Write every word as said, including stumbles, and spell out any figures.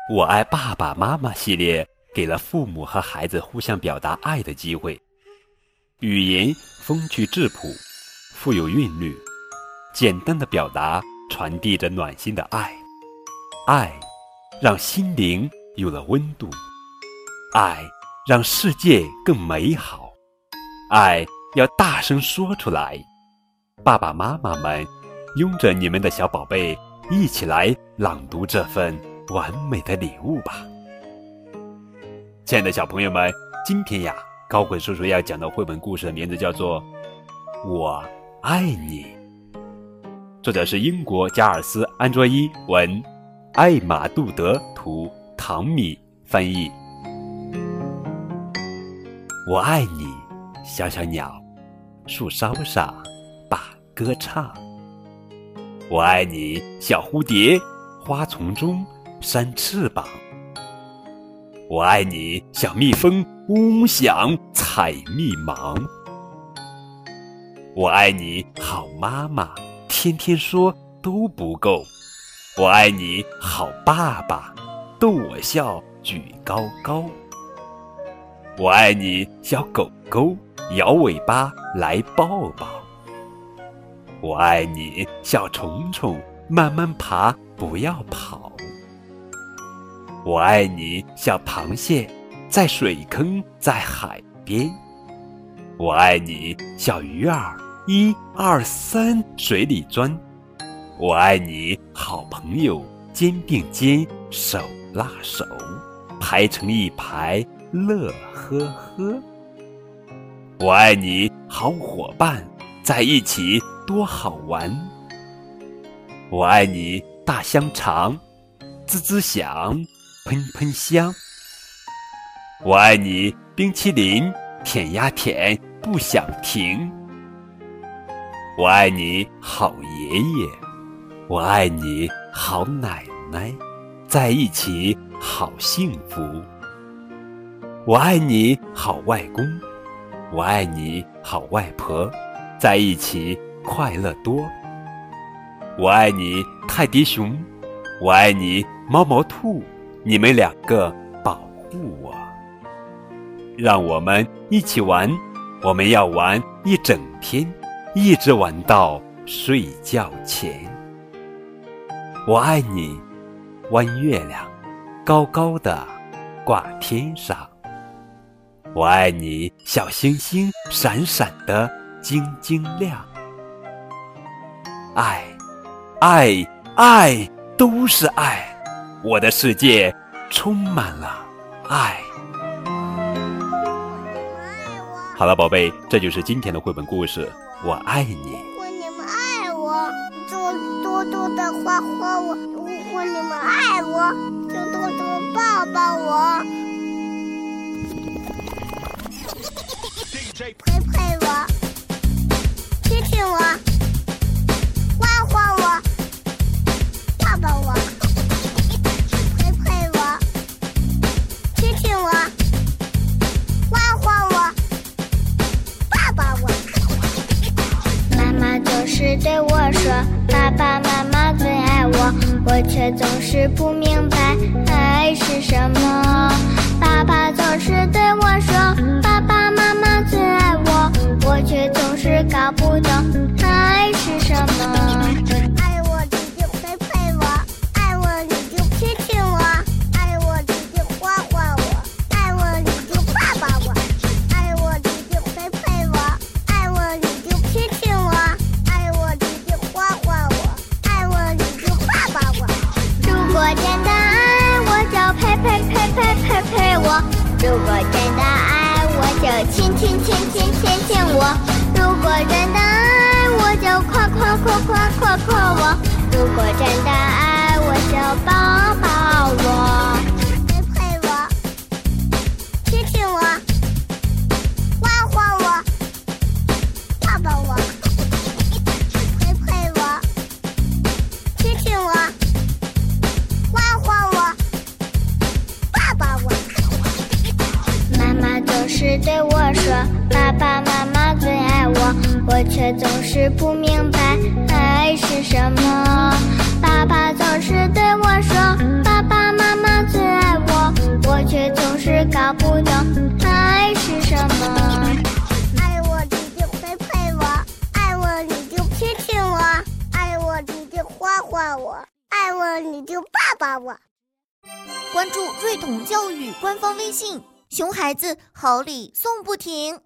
我爱爸爸妈妈系列给了父母和孩子互相表达爱的机会。语言风趣质朴，富有韵律，简单的表达传递着暖心的爱。爱让心灵有了温度，爱让世界更美好。爱要大声说出来。爸爸妈妈们，拥着你们的小宝贝，一起来朗读这份完美的礼物吧。亲爱的小朋友们，今天呀，高鬼叔叔要讲的绘本故事的名字叫做《我爱你》，作者是英国加尔斯·安卓伊文，艾玛·杜德图，唐米翻译。我爱你，小小鸟，树梢上把歌唱。我爱你，小蝴蝶，花丛中扇翅膀。我爱你，小蜜蜂，嗡嗡响采蜜芒。我爱你，好妈妈，天天说都不够。我爱你，好爸爸，逗我笑举高高。我爱你，小狗狗，摇尾巴来抱抱。我爱你，小虫虫，慢慢爬，不要跑。我爱你，小螃蟹，在水坑，在海边。我爱你，小鱼儿，一二三，水里钻。我爱你，好朋友，肩并肩，手拉手，排成一排，乐呵呵。我爱你，好伙伴，在一起多好玩。我爱你，大香肠，滋滋响，喷喷香。我爱你，冰淇淋，舔呀舔，不想停。我爱你，好爷爷，我爱你，好奶奶，在一起好幸福。我爱你，好外公，我爱你，好外婆，在一起快乐多。我爱你，泰迪熊，我爱你，毛毛兔，你们两个保护我。让我们一起玩，我们要玩一整天，一直玩到睡觉前。我爱你，弯月亮，高高的挂天上。我爱你，小星星，闪闪的晶晶亮。爱，爱，爱，都是爱，我的世界充满了爱。好了，宝贝，这就是今天的绘本故事，我爱你。 如果你们爱我，就多多的夸夸我；如果你们爱我，就多多抱抱我。陪陪我，亲亲我，夸夸我，抱抱我。陪陪我，亲亲我，夸夸我，抱抱我。妈妈总是对我说，爸爸妈妈最爱我，我却总是不明白爱是什么。爸爸总是对我说，爸爸妈妈最爱我，我却总是搞不懂爱是什么。爱我你就陪陪我，爱我你就亲亲我，爱我你就夸夸我，爱我你就抱抱我，爱我你就陪陪我，爱我你就亲亲我，爱我你就夸夸我，爱我你就抱抱我。如果真的爱我，就陪陪陪陪陪陪我；如果真的爱我，就亲亲亲亲亲亲我；如果真的爱我，就夸夸夸夸夸夸我；如果真的爱我，就抱抱我。陪陪我，亲亲我，夸夸我，抱抱我。陪陪我，亲亲我，夸夸我，抱抱我。妈妈总是对我说，爸爸妈妈最爱我，我却总是不明白爱是什么。爸爸总是对我说，爸爸妈妈最我你就抱抱我。 关注瑞统教育官方微信，熊孩子好礼送不停。